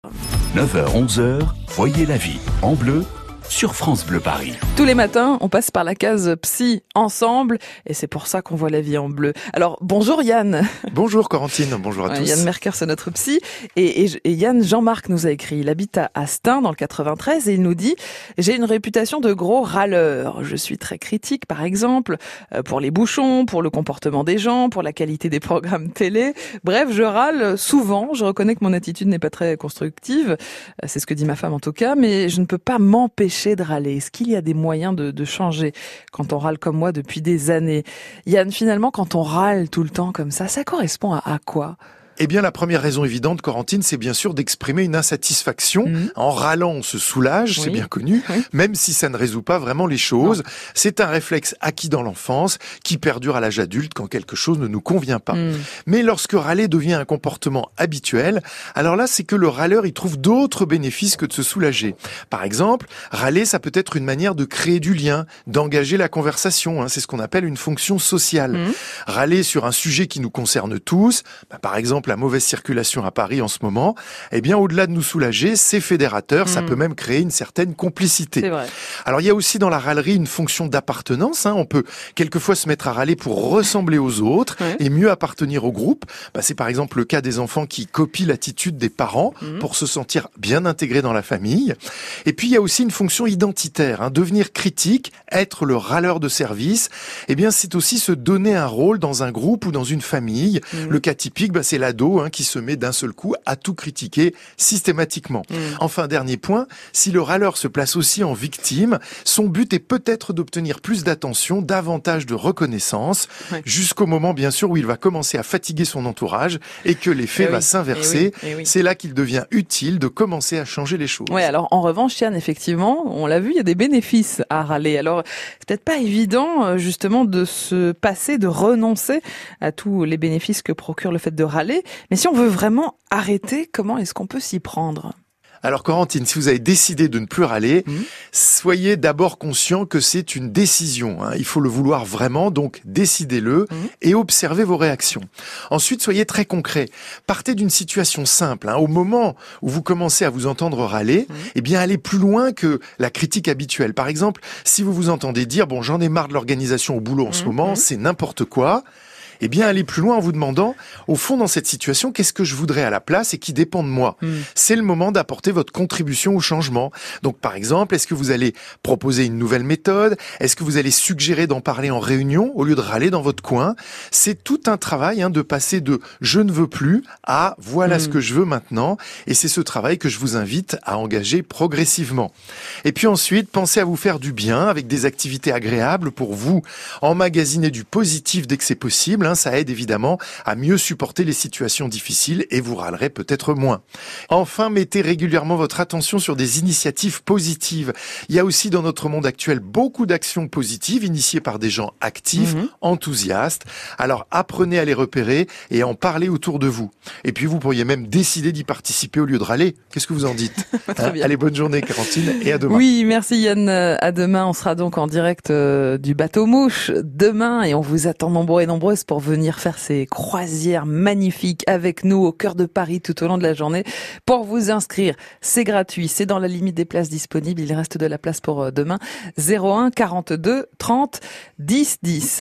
9h-11h, voyez la vie en bleu sur France Bleu Paris. Tous les matins, on passe par la case psy ensemble et c'est pour ça qu'on voit la vie en bleu. Alors, bonjour Yann. Bonjour Corentine, bonjour à tous. Yann Merker, c'est notre psy. Et Yann, Jean-Marc nous a écrit. Il habite à Astin, dans le 93, et il nous dit « J'ai une réputation de gros râleur. Je suis très critique, par exemple, pour les bouchons, pour le comportement des gens, pour la qualité des programmes télé. Bref, je râle souvent. Je reconnais que mon attitude n'est pas très constructive. C'est ce que dit ma femme en tout cas, mais je ne peux pas m'empêcher de râler. Est-ce qu'il y a des moyens de changer quand on râle comme moi depuis des années? Yann, finalement, quand on râle tout le temps comme ça correspond à quoi? Eh bien, la première raison évidente, Corentine, c'est bien sûr d'exprimer une insatisfaction. En râlant, on se soulage, c'est bien connu, même si ça ne résout pas vraiment les choses. Non. C'est un réflexe acquis dans l'enfance qui perdure à l'âge adulte quand quelque chose ne nous convient pas. Mais lorsque râler devient un comportement habituel, alors là, c'est que le râleur y trouve d'autres bénéfices que de se soulager. Par exemple, râler, ça peut être une manière de créer du lien, d'engager la conversation. C'est ce qu'on appelle une fonction sociale. Râler sur un sujet qui nous concerne tous, par exemple, la mauvaise circulation à Paris en ce moment, eh bien, au-delà de nous soulager, c'est fédérateur, ça peut même créer une certaine complicité. C'est vrai. Alors, il y a aussi dans la râlerie une fonction d'appartenance. On peut quelquefois se mettre à râler pour ressembler aux autres et mieux appartenir au groupe. C'est par exemple le cas des enfants qui copient l'attitude des parents pour se sentir bien intégrés dans la famille. Et puis, il y a aussi une fonction identitaire. Devenir critique, être le râleur de service, eh bien, c'est aussi se donner un rôle dans un groupe ou dans une famille. Le cas typique, c'est l'ado qui se met d'un seul coup à tout critiquer systématiquement. Enfin, dernier point, si le râleur se place aussi en victime, son but est peut-être d'obtenir plus d'attention, davantage de reconnaissance, jusqu'au moment bien sûr où il va commencer à fatiguer son entourage et que l'effet va s'inverser. C'est là qu'il devient utile de commencer à changer les choses. Oui, alors en revanche, Yann, effectivement, on l'a vu, il y a des bénéfices à râler. Alors, c'est peut-être pas évident justement de se passer, de renoncer à tous les bénéfices que procure le fait de râler. Mais si on veut vraiment arrêter, comment est-ce qu'on peut s'y prendre ? Alors Corentine, si vous avez décidé de ne plus râler, soyez d'abord conscient que c'est une décision. Il faut le vouloir vraiment, donc décidez-le et observez vos réactions. Ensuite, soyez très concret. Partez d'une situation simple. Au moment où vous commencez à vous entendre râler, eh bien allez plus loin que la critique habituelle. Par exemple, si vous vous entendez dire « bon, j'en ai marre de l'organisation au boulot en ce moment, c'est n'importe quoi », eh bien, allez plus loin en vous demandant, au fond, dans cette situation, qu'est-ce que je voudrais à la place et qui dépend de moi ? C'est le moment d'apporter votre contribution au changement. Donc, par exemple, est-ce que vous allez proposer une nouvelle méthode ? Est-ce que vous allez suggérer d'en parler en réunion au lieu de râler dans votre coin ? C'est tout un travail de passer de « je ne veux plus » à « voilà ce que je veux maintenant ». Et c'est ce travail que je vous invite à engager progressivement. Et puis ensuite, pensez à vous faire du bien avec des activités agréables pour vous. Emmagasiner du positif dès que c'est possible. Ça aide évidemment à mieux supporter les situations difficiles et vous râlerez peut-être moins. Enfin, mettez régulièrement votre attention sur des initiatives positives. Il y a aussi dans notre monde actuel beaucoup d'actions positives initiées par des gens actifs, enthousiastes. Alors apprenez à les repérer et à en parler autour de vous. Et puis vous pourriez même décider d'y participer au lieu de râler. Qu'est-ce que vous en dites ? Allez, bonne journée Corentine et à demain. Oui, merci Yann. À demain, on sera donc en direct du bateau Mouche demain et on vous attend nombreux et nombreuses pour venir faire ces croisières magnifiques avec nous au cœur de Paris tout au long de la journée. Pour vous inscrire, c'est gratuit, c'est dans la limite des places disponibles. Il reste de la place pour demain. 01 42 30 10 10.